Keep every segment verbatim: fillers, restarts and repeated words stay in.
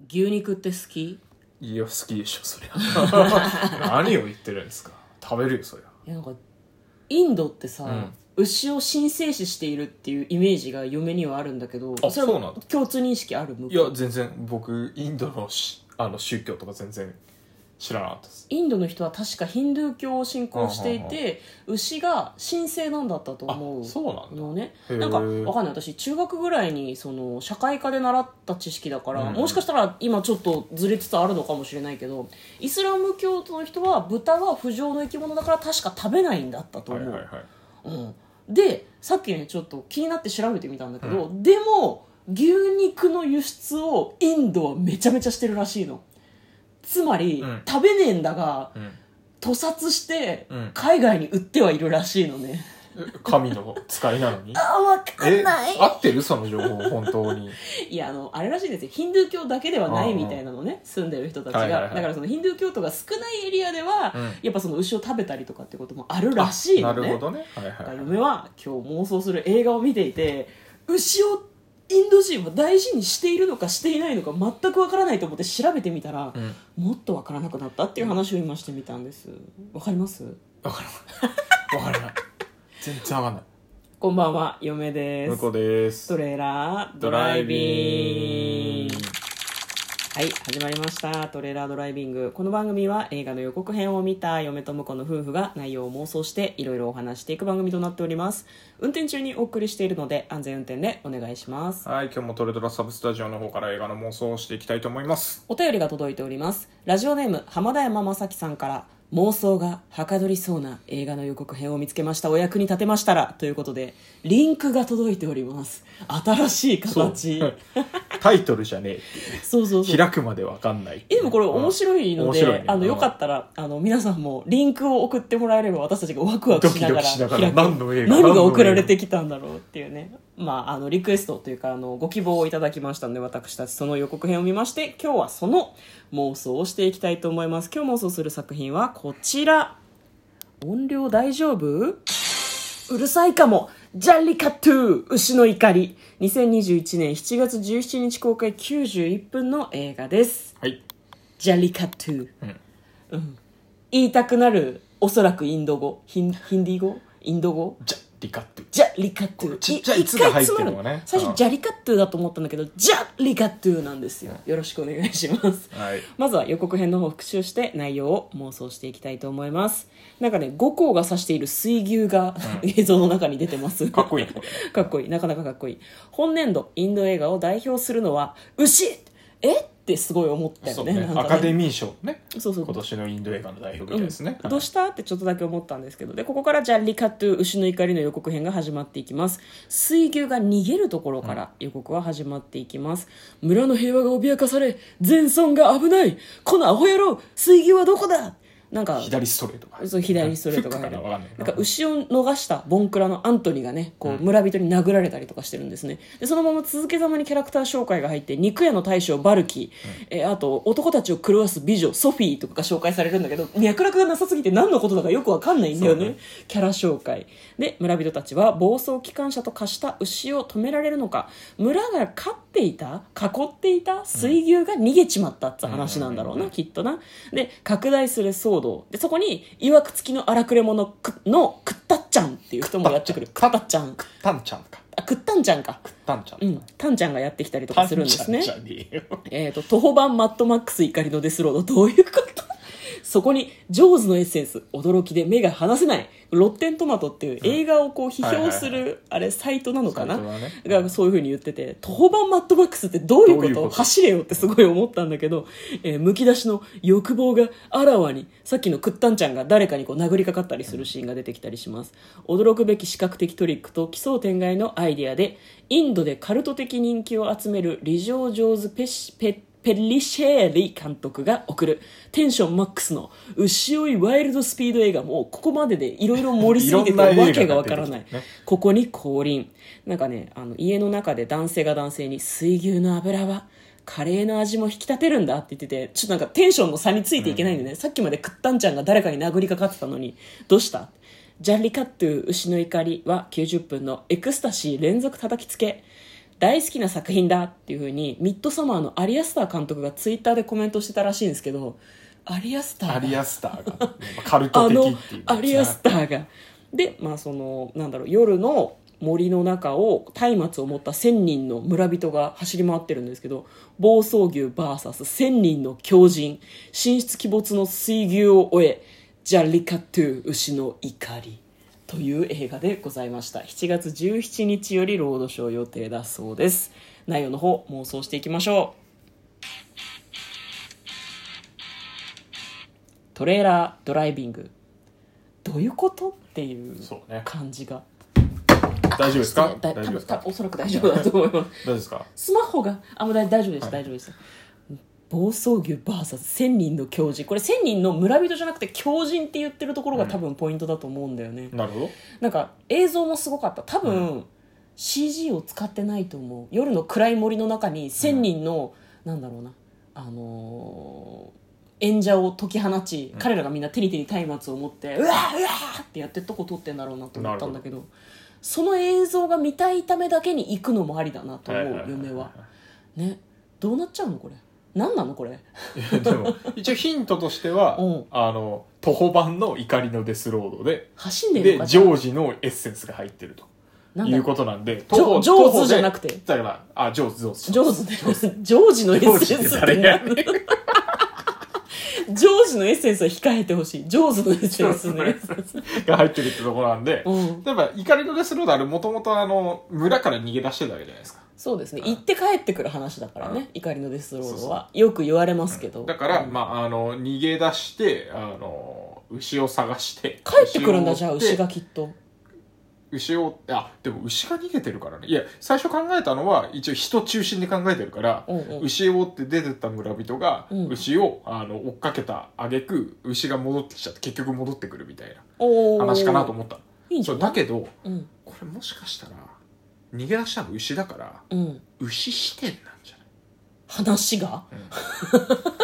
牛肉って好き？ いや好きでしょそりゃ何を言ってるんですか。食べるよそりゃ。 いやなんかインドってさ、 うん牛を神聖視しているっていうイメージが嫁にはあるんだけど、 あそれそうなんだ。 共通認識ある？向こういや全然僕インドのしあの宗教とか全然知らなかったです。 インドの人は確かヒンドゥー教を信仰していはあはて、牛が神聖なんだったと思うあそうなんだのね。 へーなんかわかんない、私中学ぐらいにその社会科で習った知識だから、 うんうんもしかしたら今ちょっとずれつつあるのかもしれないけど、イスラム教徒の人は豚は不浄の生き物だから確か食べないんだったと思う、 はいはいはい。 うんでさっきねちょっと気になって調べてみたんだけど、でも牛肉の輸出をインドはめちゃめちゃしてるらしいの。つまり、 うん食べねえんだが、 うん屠殺してうん海外に売ってはいるらしいのね。 神の使いなのにあわかんないえ合ってるその情報本当に。 いやあのあれらしいですよ、ヒンドゥー教だけではないみたいなのね、住んでる人たちが、 はいはいはいだからそのヒンドゥー教徒が少ないエリアでは、 うんやっぱその牛を食べたりとかってこともあるらしいのね。 なるほどね。はいだからはい。 嫁は今日妄想する映画を見ていて、牛をインド人は大事にしているのかしていないのか全くわからないと思って調べてみたら、 うんもっとわからなくなったっていう話を今してみたんです。わかります？ わからないわからない全然わかんない。 こんばんは、嫁です。 向こうですトレーラードライビング。はい、始まりましたトレーラードライビング。この番組は映画の予告編を見た嫁と婿の夫婦が内容を妄想していろいろお話していく番組となっております。運転中にお送りしているので安全運転でお願いします。 はい、今日もトレドラサブスタジオの方から映画の妄想をしていきたいと思います。 お便りが届いております。ラジオネーム浜田山正樹さんから、妄想がはかどりそうな映画の予告編を見つけました、お役に立てましたらということでリンクが届いております。新しい形。 そうタイトルじゃねえっていうね。 そうそうそう。 開くまでわかんない。 えでもこれ面白いので、 面白いねあのよかったらあの皆さんもリンクを送ってもらえれば私たちがワクワクしながらドキドキしながら開く何の映画何が送られてきたんだろうっていうね、まあ、あのリクエストというかあのご希望をいただきましたので、私たちその予告編を見まして今日はその妄想をしていきたいと思います。今日妄想する作品はこちら。音量大丈夫？うるさいかも。ジャリカトゥー牛の怒り、にせんにじゅういちねんしちがつじゅうしちにち公開、きゅうじゅういっぷんの映画です。 はい。 ジャリカトゥー、 うんうん、言いたくなる、おそらくインド語、ヒン、ヒンディー語、インド語、 じゃリカット。 ジャリカトゥー。 ちっちゃい「つ」が入ってるのがね。 最初ジャリカトゥーだと思ったんだけど、ジャリカトゥーなんですよ。よろしくお願いします。 はい。 まずは予告編の方を復習して内容を妄想していきたいと思います。なんかね、五光が指している水牛が、うん、映像の中に出てます。 かっこいいね。 かっこいい。なかなかかっこいい。本年度インド映画を代表するのは牛。えってすごい思ったよね。 ねなんかねアカデミー賞ね。 そうそう今年のインド映画の代表みたいですね。 うん、どうしたってちょっとだけ思ったんですけど、でここからジャリカトゥ牛の怒りの予告編が始まっていきます。水牛が逃げるところから予告は始まっていきます。うん、村の平和が脅かされ全村が危ない、このアホ野郎水牛はどこだ。なんか左ストレートがそう左ストレートが入るかな、なんか牛を逃したボンクラのアントニーがねこう村人に殴られたりとかしてるんですね。でそのまま続けざまにキャラクター紹介が入って、肉屋の大将バルキ、うんえー、あと男たちを狂わす美女ソフィーとかが紹介されるんだけど、脈絡がなさすぎて何のことだかよくわかんないんだよ ね, ねキャラ紹介で、村人たちは暴走機関車と化した牛を止められるのか、村が飼っていた囲っていた水牛が逃げちまったって話なんだろうな、うん、きっとな。で拡大する騒動で、そこにいわくつきの荒くれ者のクッタッちゃんっていう人もやってくる。クッタッちゃんクッタンちゃんかあクッタンちゃんかクッタンちゃん、 うん、タンちゃんがやってきたりとかするんですね。 タンちゃんじゃねえよえっと徒歩版マッドマックス怒りのデスロード、どういうことそこにジョーズのエッセンス、驚きで目が離せない。ロッテントマトっていう映画をこう批評するあれサイトなのかな、 ね、 がそういう風に言ってて、徒歩版マッドマックスってどういうこと、ううこと走れよってすごい思ったんだけど、えー、むき出しの欲望があらわに、さっきのクッタンちゃんが誰かにこう殴りかかったりするシーンが出てきたりします。驚くべき視覚的トリックと奇想天外のアイデアでインドでカルト的人気を集めるリジョー・ジョーズ・ペシペッペリシェーリ監督が送るテンションマックスの牛追いワイルドスピード映画も、ここまででいろいろ盛りすぎててわけがわからない、ね、ここに降臨。なんかね、あの家の中で男性が男性に水牛の油はカレーの味も引き立てるんだって言ってて、ちょっとなんかテンションの差についていけないんでね、うん、さっきまでクッタンちゃんが誰かに殴りかかってたのにどうした。ジャリカットゥ牛の怒りはきゅうじゅっぷんのエクスタシー連続叩きつけ。 大好きな作品だっていう風にミッドサマーのアリアスター監督がツイッターでコメントしてたらしいんですけど、アリアスターがアリアスターがカルトあの的っていうアリアスターがで、まあそのなんだろう、夜の森の中を松明を持った千人の村人が走り回ってるんですけど、暴走牛 ブイエス 千人の狂人、神出鬼没の水牛を終え、ジャリカトゥ牛の怒りという映画でございました。しちがつじゅうしちにちよりロードショー予定だそうです。内容の方妄想していきましょう。トレーラードライビング、どういうことっていう感じが、 大丈夫ですか？ 大丈夫ですか？ おそらく大丈夫だと思います。 大丈夫ですか？ スマホがあもう大丈夫です、はい、大丈夫です。暴走牛 ブイエス 千人の狂人、これ千人の村人じゃなくて狂人って言ってるところが多分ポイントだと思うんだよね、 うん、なるほど。 なんか映像もすごかった。多分、うん、シージー を使ってないと思う。夜の暗い森の中に千人の、うん、なんだろうな、あのー演者を解き放ち、うん、彼らがみんな手に手に松明を持ってうわーうわーってやってるとこ撮ってんだろうなと思ったんだけど、その映像が見たいためだけに行くのもありだなと思う、嫁はね。どうなっちゃうのこれ、何なのこれ。 いやでも一応ヒントとしては、うん、あの徒歩版の怒りのデスロードで走んでるのか、 でジョージのエッセンスが入ってるということなんで、 ジョーズじゃなくて、 だからあジョーズジョーズジョーズでジョージのエッセンスって何ジョージのエッセンスは控えてほしい。ジョーズのエッセンスねが入ってるってところなんで、うん、例えば怒りのデスロードあれもともとあの村から逃げ出してたわけじゃないですか。 そうですね、行って帰ってくる話だからね、うん、怒りのデスロードはよく言われますけど、 うん、だから、うん、まあ、あの逃げ出してあの牛を探して帰ってくるんだ。じゃあ牛がきっと牛をあでも牛が逃げてるからね。いや最初考えたのは一応人中心で考えてるから、うんうん、牛を追って出てった村人が、うん、牛をあの追っかけた挙句牛が戻ってきちゃって結局戻ってくるみたいな話かなと思ったの。 いいんじゃない？ そうだけど、 うん、 これもしかしたら逃げ出したの牛だから、うん、牛視点なんじゃない？ 話が、うん、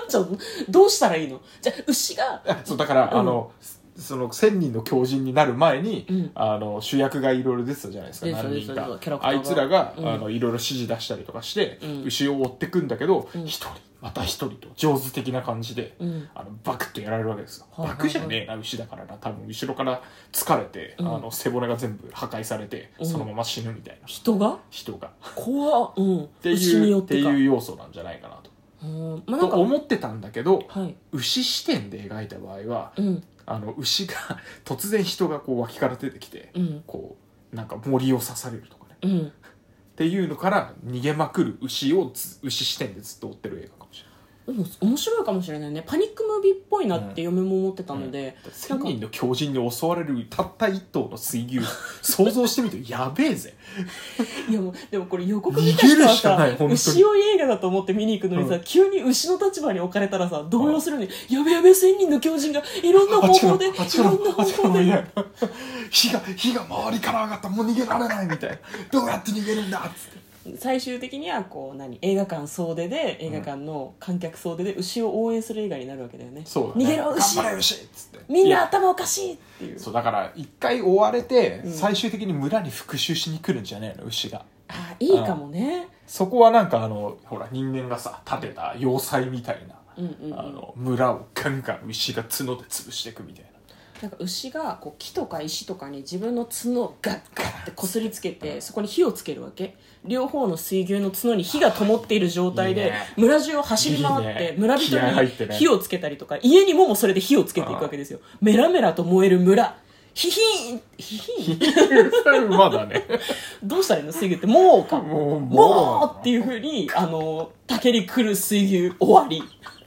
ちょどうしたらいいの？じゃあ牛がそうだから、うん、あのその千人の狂人になる前に、うん、あの主役がいろいろ出てたじゃないですか。何人かあいつらが、うん、あのいろいろ指示出したりとかして、うん、牛を追ってくんだけど一、うん、人また一人と上手的な感じで、うん、あのバクッとやられるわけですよ、うん、バクじゃねえな牛だからな。多分後ろから疲れて、うん、あの背骨が全部破壊されて、うん、そのまま死ぬみたいな。 人が人が怖っ、うん、 っていうっていう要素なんじゃないかなと、うんまあ、なんかと思ってたんだけど、はい、牛視点で描いた場合は、うんあの牛が突然人がこう脇から出てきて、うん、こうなんか森を刺されるとかね、うん、っていうのから逃げまくる牛を牛視点でずっと追ってる映画かもしれない。 でも面白いかもしれないね。パニックムービーっぽいなって嫁も思ってたので、 うんうん、千人の狂人に襲われるたった一頭の水牛想像してみてやべえぜ。 いやもうでもこれ予告見た人はさ牛追い映画だと思って見に行くのにさ、うん、急に牛の立場に置かれたらさ動揺するのに、やべやべ千人の狂人がいろんな方法でいろんな方法で火が火が周りから上がったもう逃げられないみたいなどうやって逃げるんだっつって最終的にはこう何映画館総出で映画館の観客総出で牛を応援する映画になるわけだよね。 そうだね、 逃げろ牛頑張れ牛っつってみんな頭おかしいっていう。 そうだから一回追われて、うん、最終的に村に復讐しに来るんじゃねえの牛が。 あいいかもね。 そこはなんかあのほら人間がさ建てた要塞みたいな、うんうんうん、あの村をガンガン牛が角で潰していくみたいな。 なんか牛がこう木とか石とかに自分の角をガッガッってこすりつけてそこに火をつけるわけ。両方の水牛の角に火が灯っている状態で村中を走り回って村人に火をつけたりとか家にももそれで火をつけていくわけですよ。メラメラと燃える村ヒヒーンヒヒーンまだねどうしたらいいの水牛ってもうかもうもうっていう風にあの竹に来る水牛終わり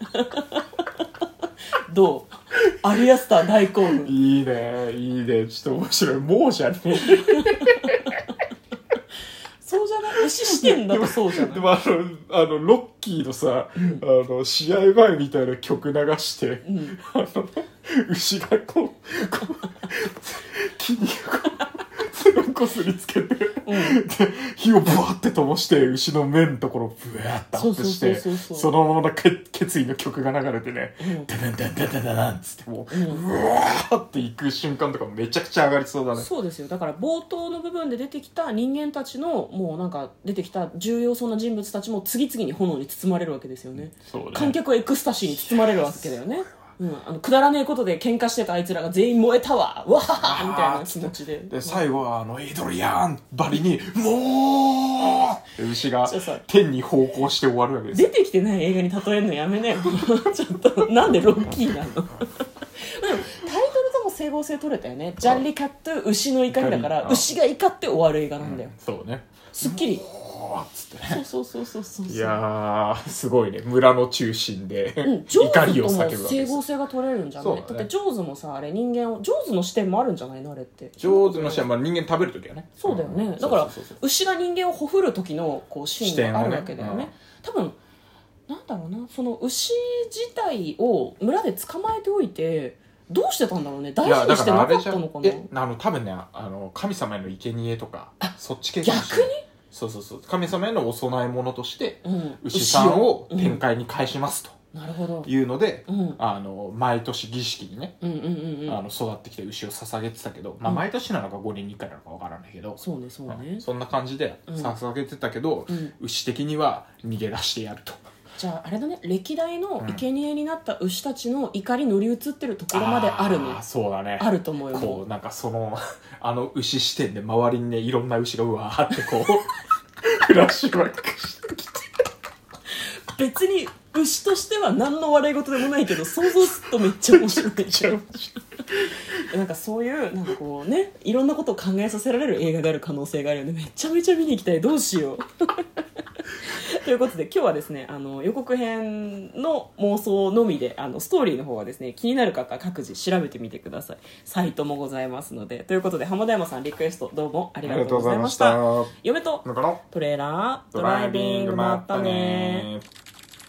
どうアリアスター大興奮。 いいねいいねちょっと面白い。もうじゃねえそうじゃない牛視点だとそうじゃない。 でもあのあのロッキーのさ、うん、あの試合前みたいな曲流して、うん、あの牛がこうこう木にこうこすりつけてで火をブワーって灯して牛の目のところをブワーってアップしてそのまま決意の曲が流れてね「ダダンダンダンダンダン」っつってもう、うん、うわーっていく瞬間とかめちゃくちゃ上がりそうだね。 そうですよ。だから冒頭の部分で出てきた人間たちのもうなんか出てきた重要そうな人物たちも次々に炎に包まれるわけですよね。そうね、観客はエクスタシーに包まれるわけだよね。うん、あのくだらねえことで喧嘩してたあいつらが全員燃えたわわははみたいな気持ちでで最後はあのエイドリアンばりにもう牛が天に方向して終わるわけです。 出てきてない映画に例えるのやめなよちょっとなんでロッキーなのでもタイトルとも整合性取れたよね。ジャンリカット牛の怒りだから牛が怒って終わる映画なんだよ、 うん、そうねすっきりつってね、 そうそうそうそうそう。 いやーすごいね村の中心で、 うん、怒りを叫ぶわけです。整合性が取れるんじゃない、ね、だってジョーズもさあれ人間をジョーズの視点もあるんじゃないのあれって。 ジョーズの視点は人間食べるときはね。 そうだよね、うん、だから牛が人間をほふる時のこうシーンがあるわけだよね、ね、うん、多分なんだろうなその牛自体を村で捕まえておいてどうしてたんだろうね。大事にしてなかったのかな。 えあの多分ねあの神様への生贄とかそっち系逆にそうそうそう神様へのお供え物として、うん、牛さんを天界に返しますと、 うん、なるほどいうので、 うん、 あの毎年儀式にね、 うんうんうんうん、 あの育ってきた牛を捧げてたけど、まあ、毎年なのかごねんにいっかいなのかわからないけど、 そうねそうね、 そんな感じで捧げてたけど、 うん、 牛的には逃げ出してやると。 じゃああれだね歴代の生贄になった牛たちの怒り乗り移ってるところまであるね。 あそうだねあると思うよ。 こうなんかそのあの牛視点で周りにねいろんな牛がうわーってこうフラッシュバックしてきて別に牛としては何の笑い事でもないけど想像するとめっちゃ面白いじゃんなんかそういうなんかこうねいろんなことを考えさせられる映画である可能性があるよね。めちゃめちゃ見に行きたい。どうしようということで今日はですねあの予告編の妄想のみであのストーリーの方はですね気になる方各自調べてみてください。サイトもございますので。ということで浜田山さんリクエストどうもありがとうございました。嫁とトレーラードライビングまったね。